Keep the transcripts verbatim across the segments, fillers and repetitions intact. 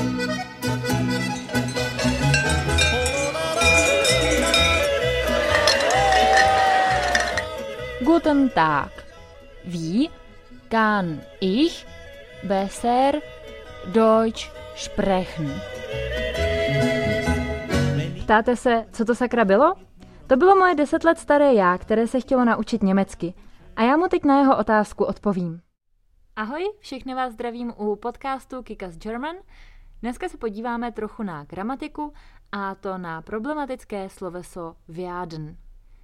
Guten Tag. Wie kann ich besser Deutsch sprechen? Ptáte se, co to sakra bylo? To bylo moje deset let staré já, které se chtělo naučit německy. A já mu teď na jeho otázku odpovím. Ahoj, všechny vás zdravím u podcastu Kikas German. Dneska se podíváme trochu na gramatiku, a to na problematické sloveso werden.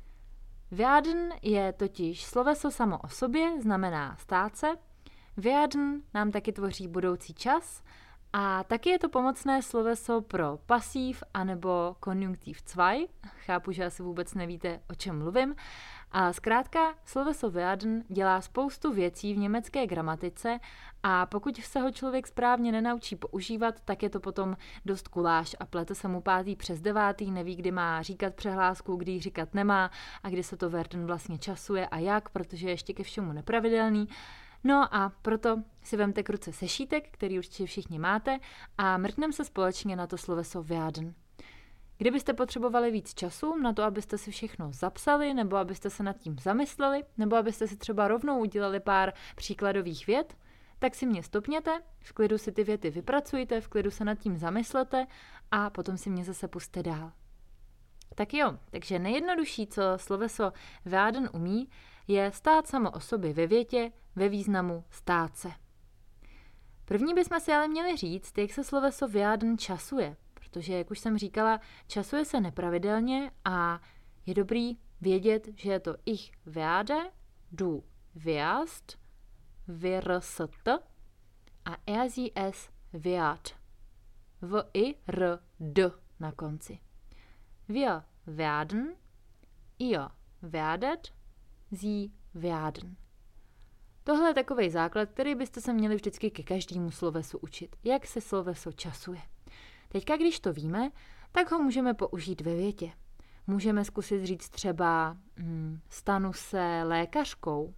Werden je totiž sloveso samo o sobě, znamená stát se. Werden nám taky tvoří budoucí čas a taky je to pomocné sloveso pro pasív anebo konjunktiv dva. Chápu, že asi vůbec nevíte, o čem mluvím. A zkrátka sloveso werden dělá spoustu věcí v německé gramatice a pokud se ho člověk správně nenaučí používat, tak je to potom dost kuláš a plete se mu pátý přes devátý, neví, kdy má říkat přehlásku, kdy ji říkat nemá a kdy se to werden vlastně časuje a jak, protože je ještě ke všemu nepravidelný. No a proto si vemte k ruce sešítek, který určitě všichni máte, a mrkneme se společně na to sloveso werden. Kdybyste potřebovali víc času na to, abyste si všechno zapsali, nebo abyste se nad tím zamysleli, nebo abyste si třeba rovnou udělali pár příkladových vět, tak si mě stopněte, v klidu si ty věty vypracujte, v klidu se nad tím zamyslete a potom si mě zase puste dál. Tak jo, takže nejjednodušší, co sloveso werden umí, je stát samo o sobě ve větě ve významu stát se. První bychom si ale měli říct, jak se sloveso werden časuje, protože, jak už jsem říkala, časuje se nepravidelně a je dobrý vědět, že je to ich werde, du wirst, wirst a er sie es wird. V, i, r, d na konci. Wir werden, ihr werdet, sie werden. Tohle je takovej základ, který byste se měli vždycky ke každému slovesu učit. Jak se sloveso časuje. Teďka, když to víme, tak ho můžeme použít ve větě. Můžeme zkusit říct třeba hm, stanu se lékařkou.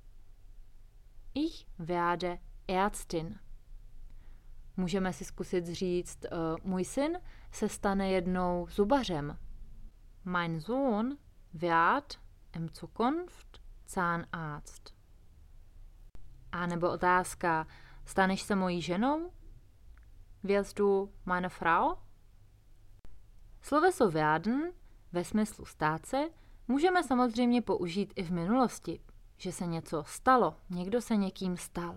Ich werde Ärztin. Můžeme si zkusit říct uh, můj syn se stane jednou zubařem. Mein Sohn wird in Zukunft Zahnarzt. A nebo otázka, staneš se mojí ženou? Wirst du meine Frau? Sloveso werden ve smyslu stát se můžeme samozřejmě použít i v minulosti, že se něco stalo, někdo se někým stal.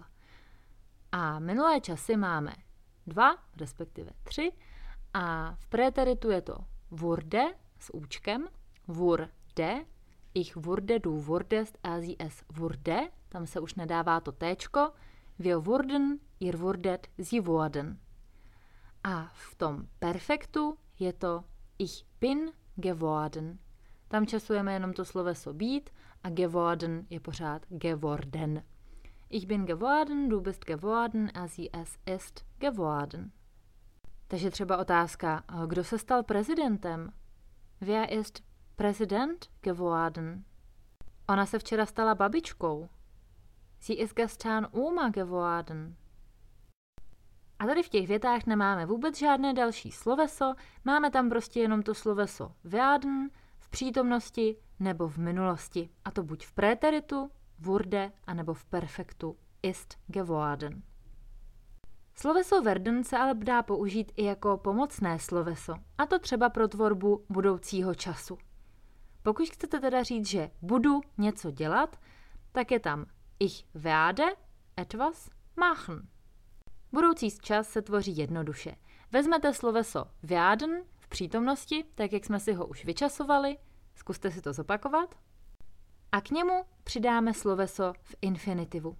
A minulé časy máme dva, respektive tři, a v préteritu je to wurde s účkem, wurde, ich wurde, du wurdest, er sie es wurde, tam se už nedává to téčko, wir wurden, ihr wurdet, sie wurden. A v tom perfektu je to ich bin geworden. Tam časujeme jenom to sloveso být a geworden je pořád geworden. Ich bin geworden, du bist geworden, er sie es ist geworden. Takže třeba otázka, kdo se stal prezidentem? Wer ist Präsident geworden? Ona se včera stala babičkou. Sie ist gestern Oma geworden. A tady v těch větách nemáme vůbec žádné další sloveso, máme tam prostě jenom to sloveso werden v přítomnosti nebo v minulosti. A to buď v préteritu, wurde, anebo v perfektu ist geworden. Sloveso werden se ale dá použít i jako pomocné sloveso, a to třeba pro tvorbu budoucího času. Pokud chcete teda říct, že budu něco dělat, tak je tam ich werde etwas machen. Budoucí čas se tvoří jednoduše. Vezmete sloveso werden v přítomnosti, tak jak jsme si ho už vyčasovali, zkuste si to zopakovat, a k němu přidáme sloveso v infinitivu.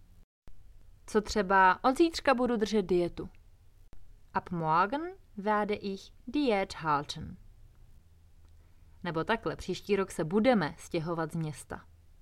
Co třeba od zítřka budu držet dietu. Ab morgen werde ich Diät halten. Nebo takhle, příští rok se budeme stěhovat z města.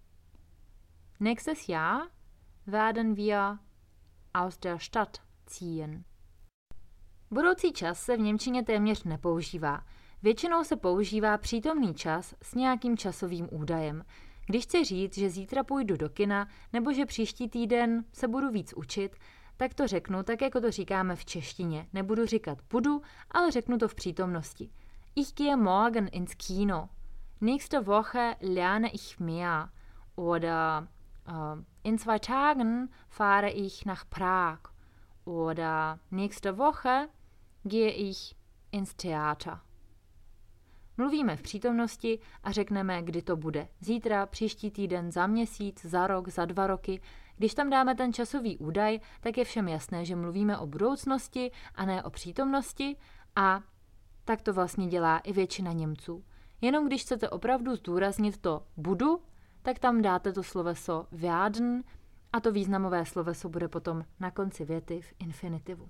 Nächstes Jahr werden wir aus der Stadt ziehen. Budoucí čas se v němčině téměř nepoužívá. Většinou se používá přítomný čas s nějakým časovým údajem. Když chci říct, že zítra půjdu do kina nebo že příští týden se budu víc učit, tak to řeknu tak, jako to říkáme v češtině. Nebudu říkat budu, ale řeknu to v přítomnosti. Ich gehe morgen ins Kino. Nächste Woche lerne ich mehr. Oder uh, in zwei Tagen fahre ich nach Prag. Oder nächste Woche gehe ich ins Theater. Mluvíme v přítomnosti a řekneme, kdy to bude. Zítra, příští týden, za měsíc, za rok, za dva roky. Když tam dáme ten časový údaj, tak je všem jasné, že mluvíme o budoucnosti a ne o přítomnosti a tak to vlastně dělá i většina Němců. Jenom když chcete opravdu zdůraznit to budu, tak tam dáte to sloveso werden a to významové sloveso bude potom na konci věty v infinitivu.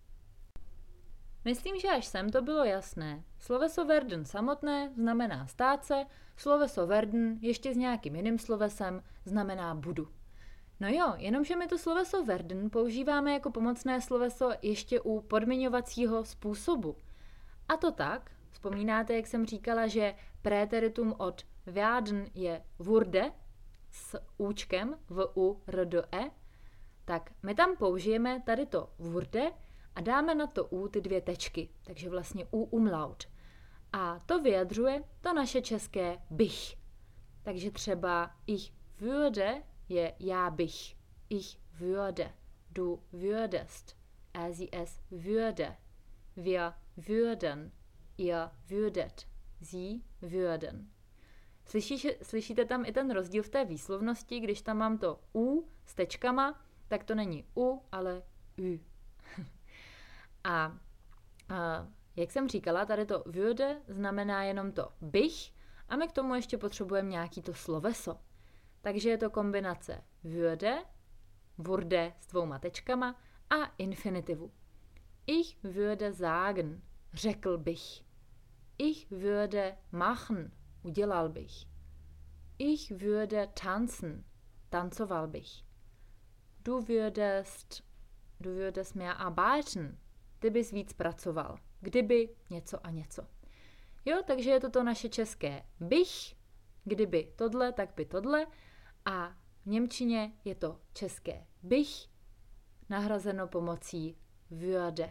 Myslím, že až sem to bylo jasné. Sloveso werden samotné znamená stát se, sloveso werden ještě s nějakým jiným slovesem znamená budu. No jo, jenomže my to sloveso werden používáme jako pomocné sloveso ještě u podmiňovacího způsobu. A to tak, vzpomínáte, jak jsem říkala, že préteritum od werden je wurde s účkem v u r d e, tak my tam použijeme tady to wurde a dáme na to u ty dvě tečky, takže vlastně u umlaut. A to vyjadřuje to naše české bych. Takže třeba ich würde je já bych. Ich würde, du würdest, er sie es würde, wir würden, ihr würdet, sie würden. Slyší, slyšíte tam i ten rozdíl v té výslovnosti, když tam mám to u s tečkama, tak to není u, ale ü. a, a jak jsem říkala, tady to würde znamená jenom to bych a my k tomu ještě potřebujeme nějaký to sloveso. Takže je to kombinace würde, wurde s dvouma tečkama a infinitivu. Ich würde sagen, řekl bych. Ich würde machen, udělal bych. Ich würde tanzen, tancoval bych. Du würdest, du würdest mehr arbeiten, ty bys víc pracoval. Kdyby něco a něco. Jo, takže je to to naše české bych, kdyby tohle, tak by tohle. A v němčině je to české bych, nahrazeno pomocí würde.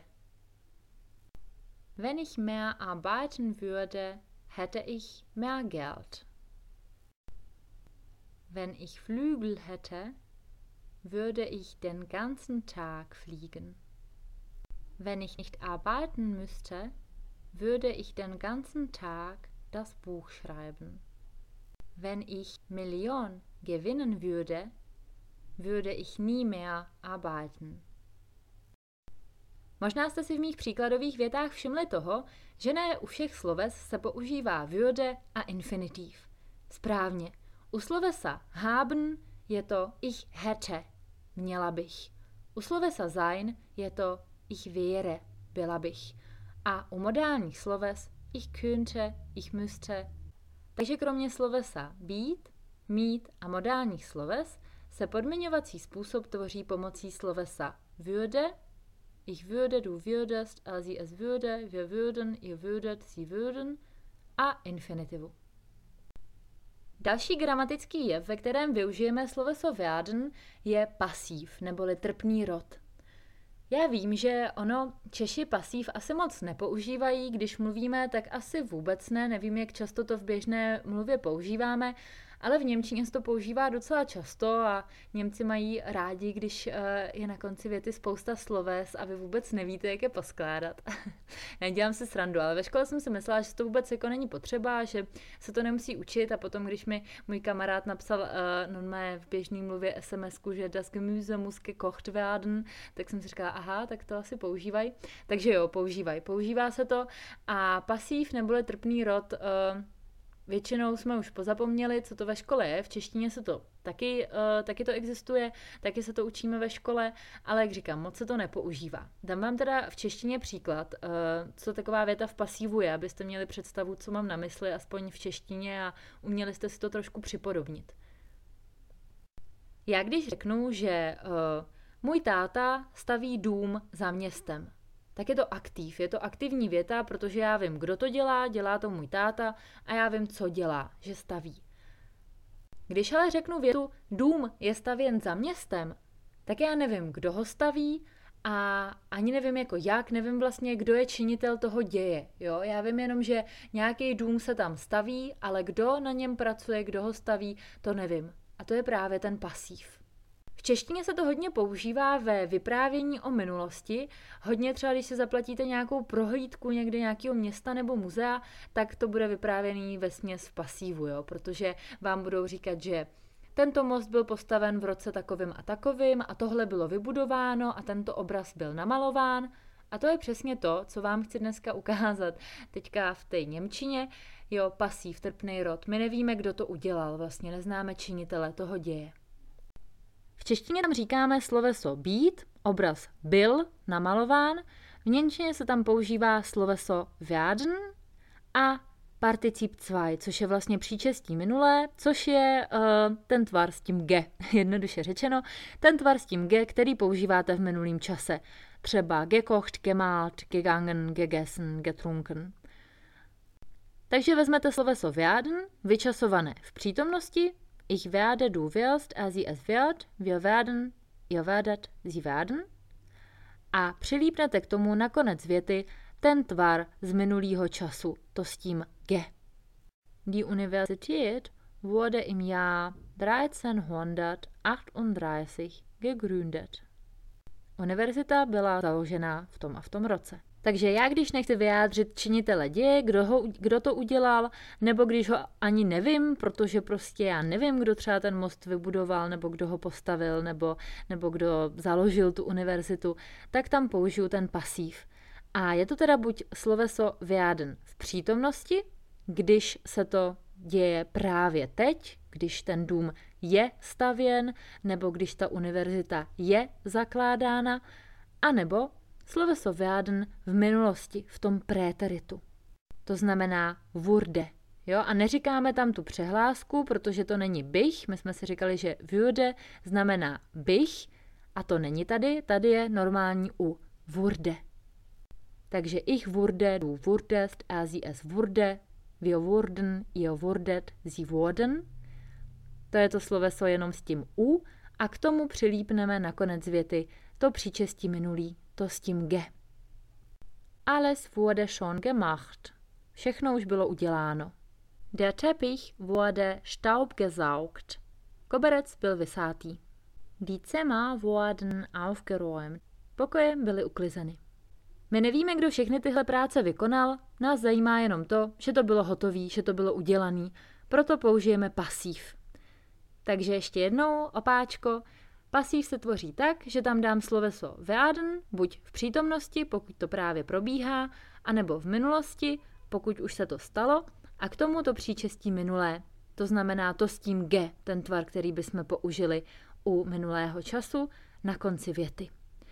Wenn ich mehr arbeiten würde, hätte ich mehr Geld. Wenn ich Flügel hätte, würde ich den ganzen Tag fliegen. Wenn ich nicht arbeiten müsste, würde ich den ganzen Tag das Buch schreiben. Wenn ich Million gewinnen würde, würde ich nie mehr arbeiten. Možná jste si v mých příkladových větách všimli toho, že ne u všech sloves se používá würde a infinitiv. Správně. U slovesa haben je to ich hätte, měla bych. U slovesa sein je to ich wäre, byla bych. A u modálních sloves ich könnte, ich müsste. Takže kromě slovesa být, mít a modálních sloves se podmiňovací způsob tvoří pomocí slovesa würde, ich würde, du würdest, er sie es würde, wir würden, ihr würdet, sie würden a infinitivu. Další gramatický jev, ve kterém využijeme sloveso werden, je pasív, neboli trpný rod. Já vím, že ono Češi pasív asi moc nepoužívají, když mluvíme, tak asi vůbec ne, nevím, jak často to v běžné mluvě používáme, ale v němčině se to používá docela často a Němci mají rádi, když je na konci věty spousta sloves a vy vůbec nevíte, jak je poskládat. Nedělám si srandu, ale ve škole jsem si myslela, že to vůbec jako není potřeba, že se to nemusí učit a potom, když mi můj kamarád napsal uh, normálně v běžné mluvě SMSku, že das Gemüse muss gekocht werden, tak jsem si říkala, aha, tak to asi používají. Takže jo, používají. Používá se to a pasív neboli trpný rod uh, většinou jsme už pozapomněli, co to ve škole je. V češtině se to taky, uh, taky to existuje, taky se to učíme ve škole, ale jak říkám, moc se to nepoužívá. Dám vám teda v češtině příklad, uh, co taková věta v pasívu je, abyste měli představu, co mám na mysli, aspoň v češtině a uměli jste si to trošku připodobnit. Já když řeknu, že uh, můj táta staví dům za městem, tak je to aktiv, je to aktivní věta, protože já vím, kdo to dělá, dělá to můj táta a já vím, co dělá, že staví. Když ale řeknu větu dům je stavěn za městem, tak já nevím, kdo ho staví a ani nevím jako jak, nevím vlastně, kdo je činitel toho děje. Jo? Já vím jenom, že nějaký dům se tam staví, ale kdo na něm pracuje, kdo ho staví, to nevím. A to je právě ten pasív. V češtině se to hodně používá ve vyprávění o minulosti. Hodně třeba, když si zaplatíte nějakou prohlídku někde nějakého města nebo muzea, tak to bude vyprávěný vesměs v pasívu, jo? Protože vám budou říkat, že tento most byl postaven v roce takovým a takovým a tohle bylo vybudováno a tento obraz byl namalován. A to je přesně to, co vám chci dneska ukázat teďka v té němčině. Jo, pasív, trpný rod. My nevíme, kdo to udělal, vlastně neznáme činitele toho děje. V češtině tam říkáme sloveso být, obraz byl namalován, v němčině se tam používá sloveso werden a particip zwei, což je vlastně příčestí minulé, což je uh, ten tvar s tím ge, jednoduše řečeno, ten tvar s tím ge, který používáte v minulém čase. Třeba gekocht, gemalt, gegangen, gegessen, getrunken. Takže vezmete sloveso werden, vyčasované v přítomnosti, ich werde, du wirst, er, sie, es wird, wir werden, ihr werdet, sie werden. A přilípnete k tomu na konec věty ten tvar z minulého času, to s tím ge. Die Universität wurde im Jahr dreizehnhundertachtunddreißig gegründet. Univerzita byla založena v tom a v tom roce. Takže já, když nechci vyjádřit činitele děje, kdo, ho, kdo to udělal, nebo když ho ani nevím, protože prostě já nevím, kdo třeba ten most vybudoval, nebo kdo ho postavil, nebo, nebo kdo založil tu univerzitu, tak tam použiju ten pasív. A je to teda buď sloveso werden v přítomnosti, když se to děje právě teď, když ten dům je stavěn, nebo když ta univerzita je zakládána, anebo sloveso werden v minulosti, v tom préteritu. To znamená wurde. Jo? A neříkáme tam tu přehlásku, protože to není bych. My jsme si říkali, že würde znamená bych a to není tady. Tady je normální u wurde. Takže ich wurde, du wurdest, er, sie, es wurde, wir wurden, ihr wurdet, sie wurden. To je to sloveso jenom s tím u a k tomu přilípneme na konec věty to příčestí minulý, to s tím ge. Alles wurde schon gemacht. Všechno už bylo uděláno. Der Teppich wurde staubgesaugt. Koberec byl vysátý. Die Zimmer wurden aufgeräumt. Pokoje byly uklizeny. My nevíme, kdo všechny tyhle práce vykonal, nás zajímá jenom to, že to bylo hotový, že to bylo udělaný, proto použijeme pasív. Takže ještě jednou, opáčko, pasív se tvoří tak, že tam dám sloveso werden, buď v přítomnosti, pokud to právě probíhá, anebo v minulosti, pokud už se to stalo, a k tomu to příčestí minulé. To znamená to s tím ge, ten tvar, který bychom použili u minulého času na konci věty.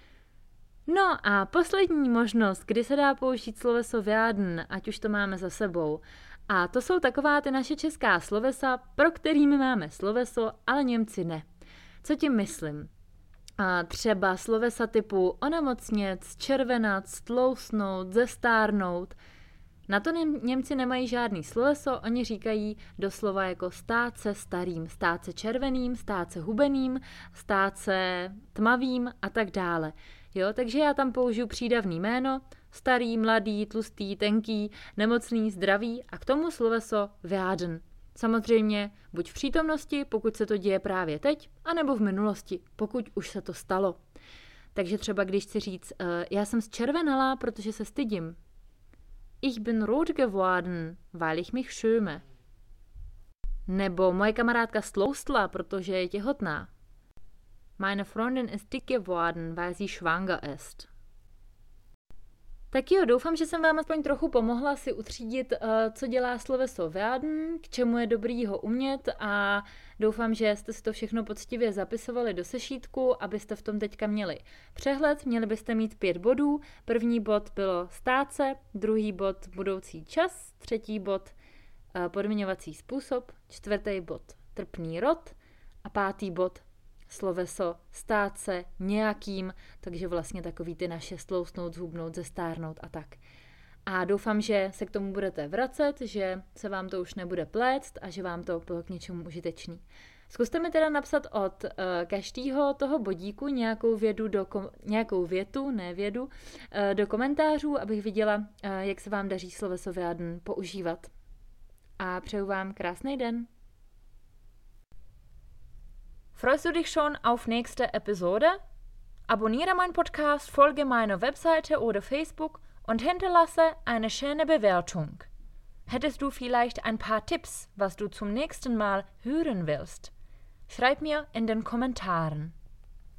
No a poslední možnost, kdy se dá použít sloveso werden, ať už to máme za sebou. A to jsou taková ty naše česká slovesa, pro kterými máme sloveso, ale Němci ne. Co tím myslím? A třeba slovesa typu onemocnět, červenat, stlousnout, zestárnout. Na to Němci nemají žádný sloveso, oni říkají doslova jako stát se starým, stát se červeným, stát se hubeným, stát se tmavým a tak dále. Jo, takže já tam použiju přídavný jméno, starý, mladý, tlustý, tenký, nemocný, zdravý a k tomu sloveso werden. Samozřejmě buď v přítomnosti, pokud se to děje právě teď, anebo v minulosti, pokud už se to stalo. Takže třeba když chci říct, uh, já jsem zčervenala, protože se stydím. Ich bin rot geworden, weil ich mich schäme. Nebo moje kamarádka stloustla, protože je těhotná. Meine Freundin ist dick geworden, weil sie schwanger ist. Tak jo, doufám, že jsem vám aspoň trochu pomohla si utřídit, co dělá sloveso werden, k čemu je dobrý ho umět a doufám, že jste si to všechno poctivě zapisovali do sešítku, abyste v tom teďka měli přehled. Měli byste mít pět bodů. První bod bylo stát se, druhý bod budoucí čas, třetí bod podmiňovací způsob, čtvrtý bod trpný rod a pátý bod sloveso stát se nějakým, takže vlastně takový ty naše stlousnout, zhubnout, zestárnout a tak. A doufám, že se k tomu budete vracet, že se vám to už nebude pléct a že vám to bylo k něčemu užitečný. Zkuste mi teda napsat od uh, každého toho bodíku nějakou, vědu do kom- nějakou větu, ne vědu, uh, do komentářů, abych viděla, uh, jak se vám daří Sloveso werden používat. A přeju vám krásný den. Freust du dich schon auf nächste Episode? Abonniere meinen Podcast, folge meiner Webseite oder Facebook und hinterlasse eine schöne Bewertung. Hättest du vielleicht ein paar Tipps, was du zum nächsten Mal hören willst? Schreib mir in den Kommentaren.